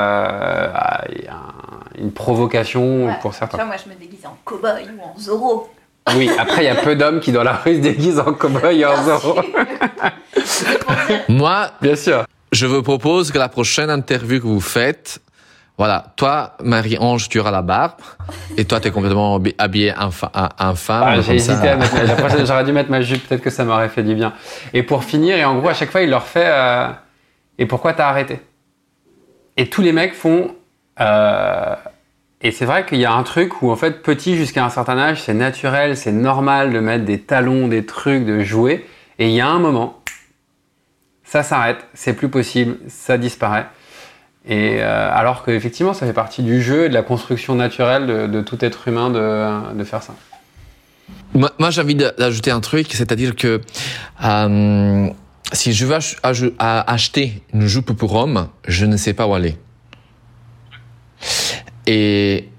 une provocation pour certains. Tu vois, moi, je me déguise en cow-boy ou en Zorro. Oui, après, il y a peu d'hommes qui, dans la rue, se déguisent en cow-boy et en Zorro. Moi, bien sûr. Je vous propose que la prochaine interview que vous faites, voilà, toi, Marie-Ange, tu auras la barbe, et toi, t'es complètement habillée en femme. J'ai hésité à mettre la prochaine, j'aurais dû mettre ma jupe, peut-être que ça m'aurait fait du bien. Et pour finir, et en gros, à chaque fois, il leur fait et pourquoi t'as arrêté? Et tous les mecs font et c'est vrai qu'il y a un truc où, en fait, petit jusqu'à un certain âge, c'est naturel, c'est normal de mettre des talons, des trucs, de jouer. Et il y a un moment, ça s'arrête, c'est plus possible, ça disparaît. Et alors qu'effectivement, ça fait partie du jeu et de la construction naturelle de tout être humain de faire ça. Moi, j'ai envie d'ajouter un truc, c'est-à-dire que si je veux acheter une jupe pour homme, je ne sais pas où aller. Et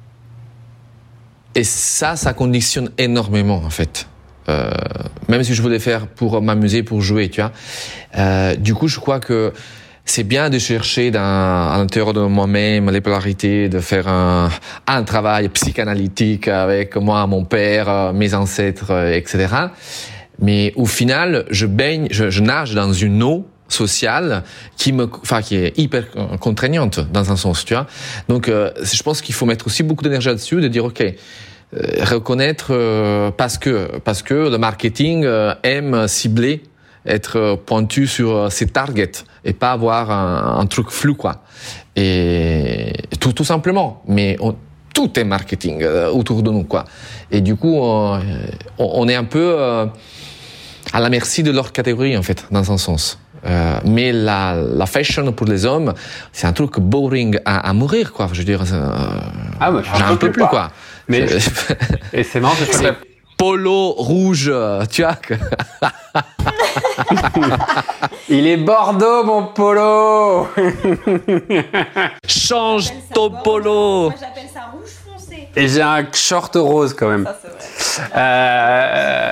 ça conditionne énormément, en fait. Même si je voulais faire pour m'amuser, pour jouer, tu vois. Du coup, je crois que c'est bien de chercher à l'intérieur de moi-même les polarités, de faire un travail psychanalytique avec moi, mon père, mes ancêtres, etc. Mais au final, je nage dans une eau sociale qui est hyper contraignante dans un sens, tu vois. Donc, je pense qu'il faut mettre aussi beaucoup d'énergie là-dessus, de dire, OK, reconnaître parce que le marketing aime cibler, être pointu sur ses targets et pas avoir un truc flou, quoi. Et tout simplement. Mais tout est marketing autour de nous, quoi. Et du coup, on est un peu à la merci de leur catégorie, en fait, dans un sens. Mais la fashion pour les hommes, c'est un truc boring à mourir, quoi. Je veux dire, j'en peux plus, quoi. Mais et c'est marrant, c'est polo rouge, tu vois. Il est Bordeaux, mon polo. Change ton polo. Moi, j'appelle ça rouge foncé. Et j'ai un short rose quand même. Ça, c'est vrai.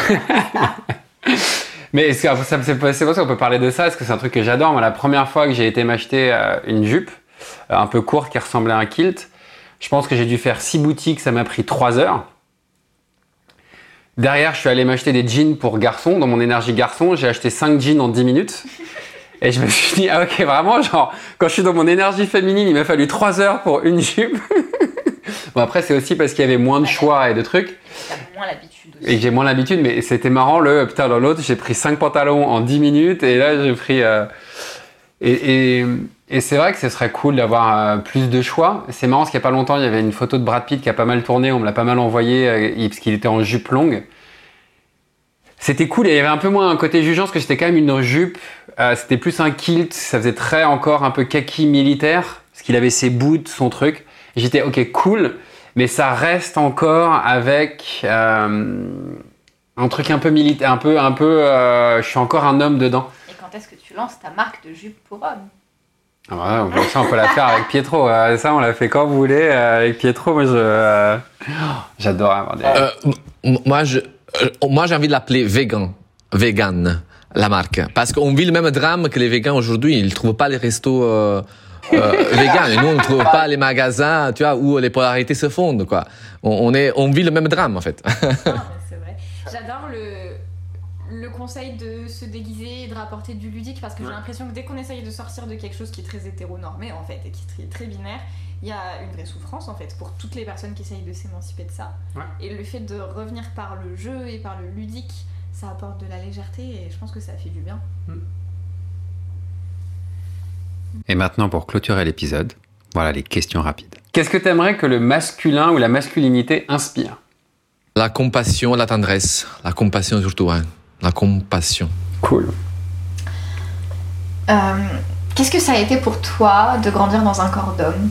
Mais c'est parce qu'on peut parler de ça, parce que c'est un truc que j'adore. Moi, la première fois que j'ai été m'acheter une jupe un peu courte qui ressemblait à un kilt, je pense que j'ai dû faire 6 boutiques, ça m'a pris 3 heures. Derrière, je suis allé m'acheter des jeans pour garçon. Dans mon énergie garçon, j'ai acheté 5 jeans en 10 minutes. Et je me suis dit, ah ok, vraiment, genre, quand je suis dans mon énergie féminine, il m'a fallu 3 heures pour une jupe. Bon, après, c'est aussi parce qu'il y avait moins de choix et de trucs. T'as moins l'habitude aussi. Et que j'ai moins l'habitude, mais c'était marrant, putain, dans l'autre, j'ai pris 5 pantalons en 10 minutes. Et là, j'ai pris... Et c'est vrai que ce serait cool d'avoir plus de choix. C'est marrant parce qu'il n'y a pas longtemps, il y avait une photo de Brad Pitt qui a pas mal tourné. On me l'a pas mal envoyé parce qu'il était en jupe longue. C'était cool et il y avait un peu moins un côté jugeant parce que c'était quand même une jupe. C'était plus un kilt. Ça faisait très encore un peu kaki militaire parce qu'il avait ses boots, son truc. Et j'étais ok, cool. Mais ça reste encore avec un truc un peu militaire. Je suis encore un homme dedans. Et quand est-ce que tu lances ta marque de jupe pour homme? Ah ouais, ça, on peut la faire avec Pietro. Ça, on l'a fait quand vous voulez. Avec Pietro, moi, j'adore avoir des... Moi, j'ai envie de l'appeler vegan, la marque. Parce qu'on vit le même drame que les végans aujourd'hui. Ils ne trouvent pas les restos végans. Et nous, on ne trouve pas les magasins, tu vois, où les polarités se fondent, quoi. On vit le même drame, en fait. Non, mais c'est vrai. J'adore le conseil de se déguiser et de rapporter du ludique parce que j'ai l'impression que dès qu'on essaye de sortir de quelque chose qui est très hétéronormé en fait et qui est très binaire, il y a une vraie souffrance en fait pour toutes les personnes qui essayent de s'émanciper de ça. Ouais. Et le fait de revenir par le jeu et par le ludique, ça apporte de la légèreté et je pense que ça fait du bien. Et maintenant, pour clôturer l'épisode, voilà les questions rapides. Qu'est-ce que tu aimerais que le masculin ou la masculinité inspire? La compassion, la tendresse. La compassion surtout, hein. La compassion. Cool. Qu'est-ce que ça a été pour toi de grandir dans un corps d'homme?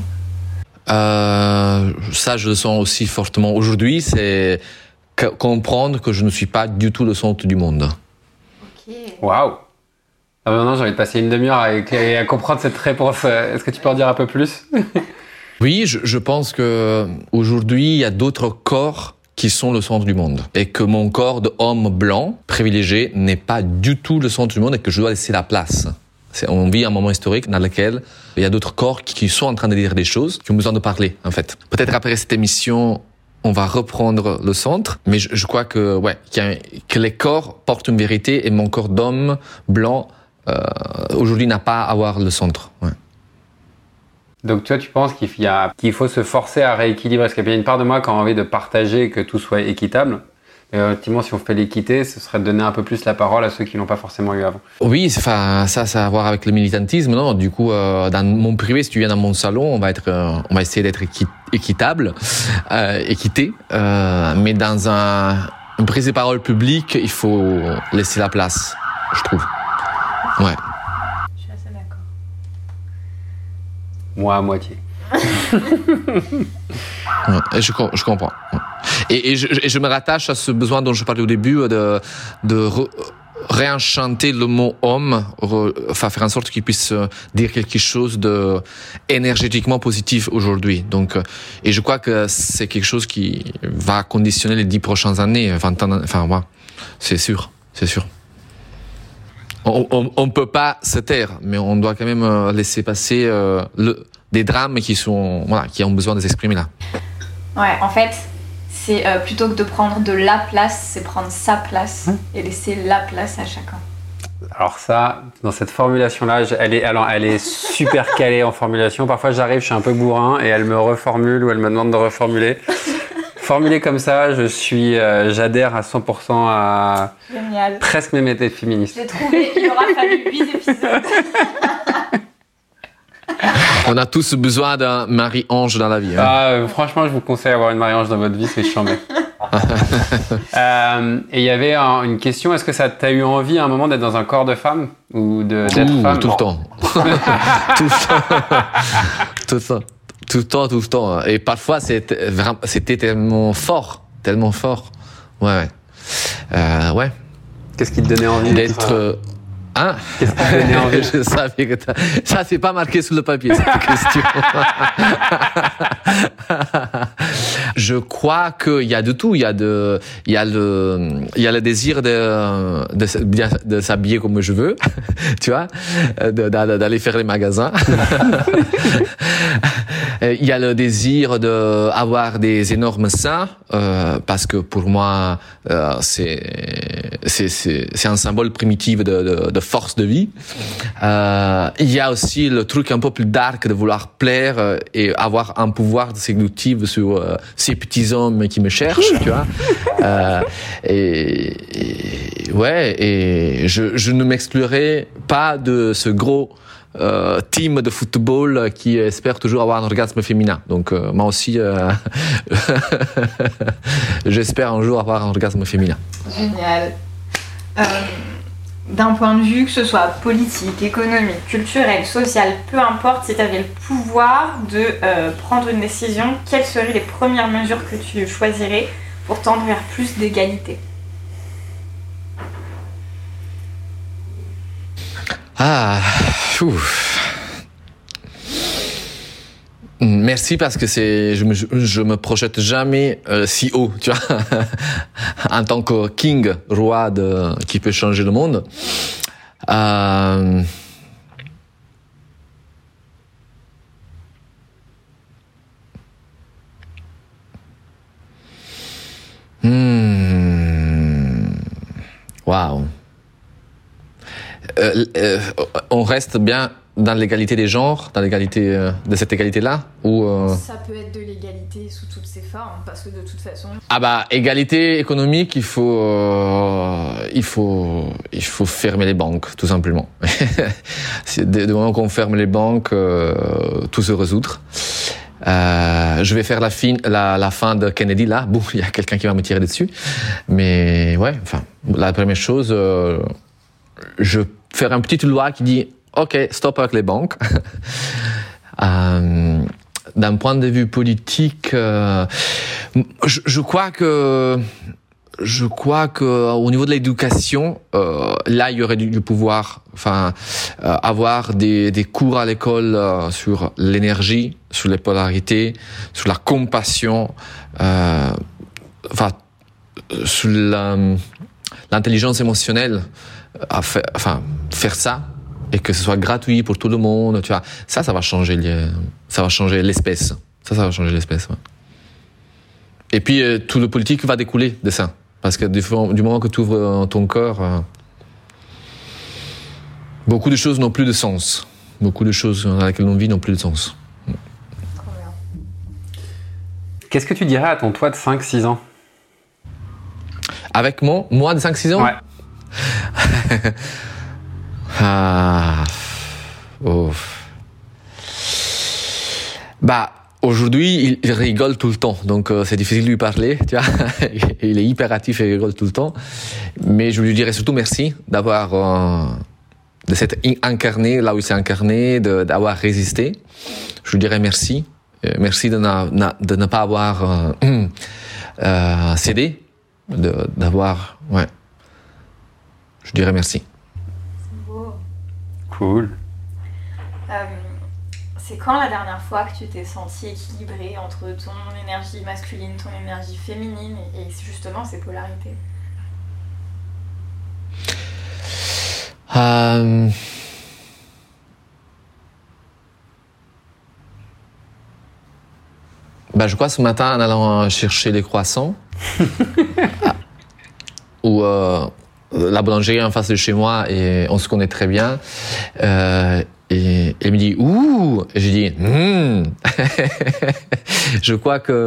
Ça, je le sens aussi fortement aujourd'hui. C'est comprendre que je ne suis pas du tout le centre du monde. Ok. Waouh. Maintenant, j'ai envie de passer une demi-heure à comprendre cette réponse. Est-ce que tu peux en dire un peu plus? Oui, je pense que aujourd'hui, il y a d'autres corps qui sont le centre du monde. Et que mon corps d'homme blanc, privilégié, n'est pas du tout le centre du monde et que je dois laisser la place. On vit un moment historique dans lequel il y a d'autres corps qui sont en train de dire des choses, qui ont besoin de parler, en fait. Peut-être après cette émission, on va reprendre le centre, mais je crois que, que les corps portent une vérité et mon corps d'homme blanc, aujourd'hui, n'a pas à avoir le centre. Ouais. Donc toi, tu penses qu'il faut se forcer à rééquilibrer? Parce qu'il y a une part de moi qui a envie de partager et que tout soit équitable. Et effectivement, si on fait l'équité, ce serait de donner un peu plus la parole à ceux qui l'ont pas forcément eu avant. Oui, ça a à voir avec le militantisme, non? Du coup, dans mon privé, si tu viens dans mon salon, on va essayer d'être équitable, équité. Mais dans une prise de parole publique, il faut laisser la place, je trouve. Ouais. Je suis assez d'accord. Moi, à moitié. Ouais, je comprends. Et je me rattache à ce besoin dont je parlais au début de réenchanter le mot homme, faire en sorte qu'il puisse dire quelque chose de énergétiquement positif aujourd'hui. Donc, et je crois que c'est quelque chose qui va conditionner les 10 prochaines années, 20 ans, enfin, ouais, c'est sûr. On peut pas se taire, mais on doit quand même laisser passer des drames qui ont besoin de s'exprimer là. Ouais, en fait, c'est plutôt que de prendre de la place, c'est prendre sa place et laisser la place à chacun. Alors ça, dans cette formulation-là, elle est super calée en formulation. Parfois, j'arrive, je suis un peu bourrin et elle me reformule ou elle me demande de reformuler. Formulé comme ça, j'adhère à 100% à Génial. Presque mes méthodes féministes. J'ai trouvé, il aura fallu 8 épisodes. On a tous besoin d'un Marie-Ange dans la vie. Hein. Franchement, je vous conseille d'avoir une Marie-Ange dans votre vie, c'est chambé. Et il y avait une question, est-ce que ça t'a eu envie à un moment d'être dans un corps de femme ou d'être femme? Tout le temps. Tout le temps. Tout le temps. Et parfois, c'était tellement fort. Ouais. Ouais. Qu'est-ce qui te donnait envie d'être... Hein? Qu'est-ce qui te donnait envie? Je savais que ça, c'est pas marqué sur le papier, cette question. Je crois qu'il y a de tout. Il y a le désir de s'habiller comme je veux, tu vois, d'aller faire les magasins. Il y a le désir d'avoir des énormes seins, parce que pour moi, c'est un symbole primitif de force de vie. Il y a aussi le truc un peu plus dark de vouloir plaire et avoir un pouvoir séductif sur ces petits hommes qui me cherchent, tu vois. Et je ne m'exclurai pas de ce gros team de football qui espère toujours avoir un orgasme féminin. Donc moi aussi, j'espère un jour avoir un orgasme féminin. Génial. D'un point de vue que ce soit politique, économique, culturel, social, peu importe, si tu avais le pouvoir de prendre une décision, quelles seraient les premières mesures que tu choisirais pour tendre vers plus d'égalité? Merci, parce que je me projette jamais si haut, tu vois, en tant que king, roi qui peut changer le monde. Waouh. On reste bien dans l'égalité des genres, dans l'égalité de cette égalité-là, ou Ça peut être de l'égalité sous toutes ses formes, parce que de toute façon... Égalité économique, il faut fermer les banques, tout simplement. Du moment qu'on ferme les banques, tout se résoudre. Je vais faire la fin de Kennedy là. Bon, il y a quelqu'un qui va me tirer dessus, mais ouais. Enfin, la première chose, je vais faire une petite loi qui dit OK, stop avec les banques. D'un point de vue politique, je crois que au niveau de l'éducation, là il y aurait du pouvoir, avoir des cours à l'école sur l'énergie, sur les polarités, sur la compassion, sur l'intelligence émotionnelle, faire ça, et que ce soit gratuit pour tout le monde, tu vois. Ça va changer l'espèce. Ça va changer l'espèce, ouais. Et puis, tout le politique va découler de ça. Parce que du moment que tu ouvres ton cœur, beaucoup de choses n'ont plus de sens. Beaucoup de choses dans lesquelles on vit n'ont plus de sens. Trop bien. Qu'est-ce que tu dirais à ton toi de 5-6 ans? Avec moi de 5-6 ans? Ouais. Aujourd'hui, il rigole tout le temps, donc c'est difficile de lui parler, tu vois. Il est hyper actif et il rigole tout le temps. Mais je lui dirais surtout merci de s'être incarné là où il s'est incarné, d'avoir résisté. Je lui dirais merci. Merci de ne pas avoir cédé, d'avoir... Ouais. Je dirais merci. C'est beau. Cool. C'est quand la dernière fois que tu t'es sentie équilibrée entre ton énergie masculine, ton énergie féminine et justement ces polarités? Je crois ce matin en allant chercher les croissants ou la boulangerie en face de chez moi, et on se connaît très bien. Et elle me dit « Ouh !» Et j'ai dit « Je crois que... »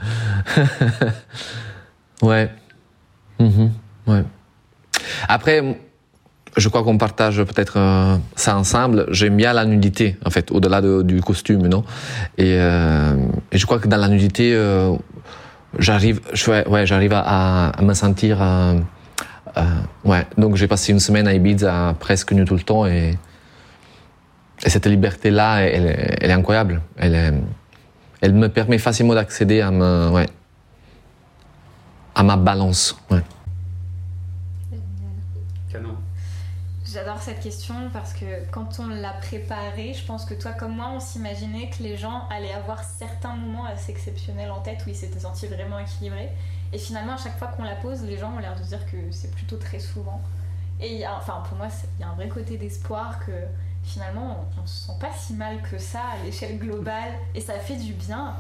Ouais. Ouais. Après, je crois qu'on partage peut-être ça ensemble. J'aime bien la nudité, en fait, au-delà du costume, non? Et je crois que dans la nudité, j'arrive à me sentir... ouais. Donc j'ai passé une semaine à Ibiza presque nu tout le temps, et cette liberté-là, elle est incroyable. Elle elle me permet facilement d'accéder à ma balance. Ouais. Canon. J'adore cette question parce que quand on l'a préparée, je pense que toi comme moi, on s'imaginait que les gens allaient avoir certains moments assez exceptionnels en tête où ils s'étaient sentis vraiment équilibrés. Et finalement, à chaque fois qu'on la pose, les gens ont l'air de dire que c'est plutôt très souvent. Et pour moi, il y a un vrai côté d'espoir que finalement, on se sent pas si mal que ça à l'échelle globale et ça fait du bien.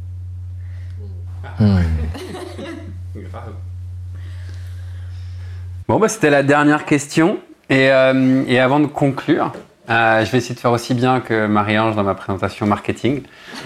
Bon, bah, c'était la dernière question. Et avant de conclure, je vais essayer de faire aussi bien que Marie-Ange dans ma présentation marketing.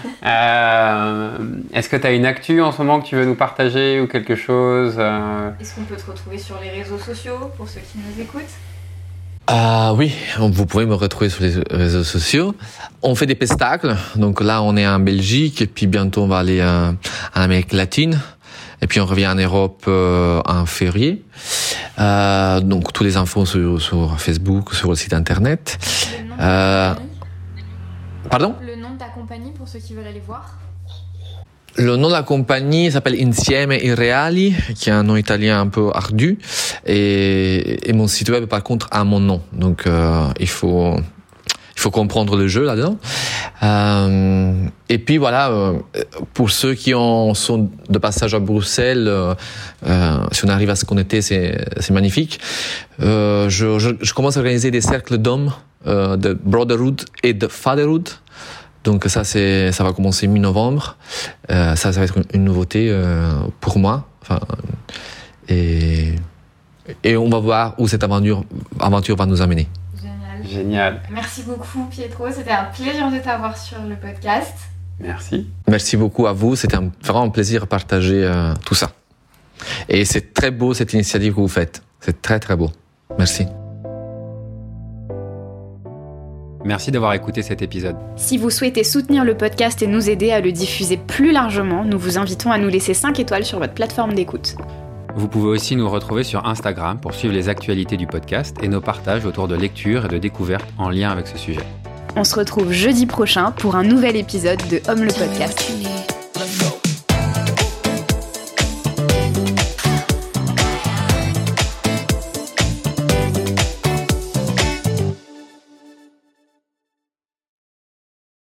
Est-ce que tu as une actu en ce moment que tu veux nous partager ou quelque chose Est-ce qu'on peut te retrouver sur les réseaux sociaux pour ceux qui nous écoutent ? Oui, vous pouvez me retrouver sur les réseaux sociaux. On fait des spectacles, donc là on est en Belgique et puis bientôt on va aller en Amérique latine. Et puis on revient en Europe en février. Donc tous les infos sur Facebook, sur le site internet. Le nom de ta compagnie ? Pardon ? Le nom de ta compagnie pour ceux qui veulent aller voir ? Le nom de la compagnie s'appelle Insieme Irreali, qui est un nom italien un peu ardu. Et mon site web, par contre, a mon nom. Donc il faut comprendre le jeu là-dedans. Et puis voilà, pour ceux qui sont de passage à Bruxelles, si on arrive à se connecter, c'est magnifique. Je commence à organiser des cercles d'hommes, de brotherhood et de fatherhood. Donc ça va commencer mi-novembre. Ça va être une nouveauté pour moi. Et on va voir où cette aventure va nous amener. Génial. Merci beaucoup Pietro, c'était un plaisir de t'avoir sur le podcast. Merci. Merci beaucoup à vous, c'était vraiment un plaisir de partager tout ça. Et c'est très beau cette initiative que vous faites, c'est très très beau. Merci. Merci d'avoir écouté cet épisode. Si vous souhaitez soutenir le podcast et nous aider à le diffuser plus largement, nous vous invitons à nous laisser 5 étoiles sur votre plateforme d'écoute. Vous pouvez aussi nous retrouver sur Instagram pour suivre les actualités du podcast et nos partages autour de lectures et de découvertes en lien avec ce sujet. On se retrouve jeudi prochain pour un nouvel épisode de Homme le podcast.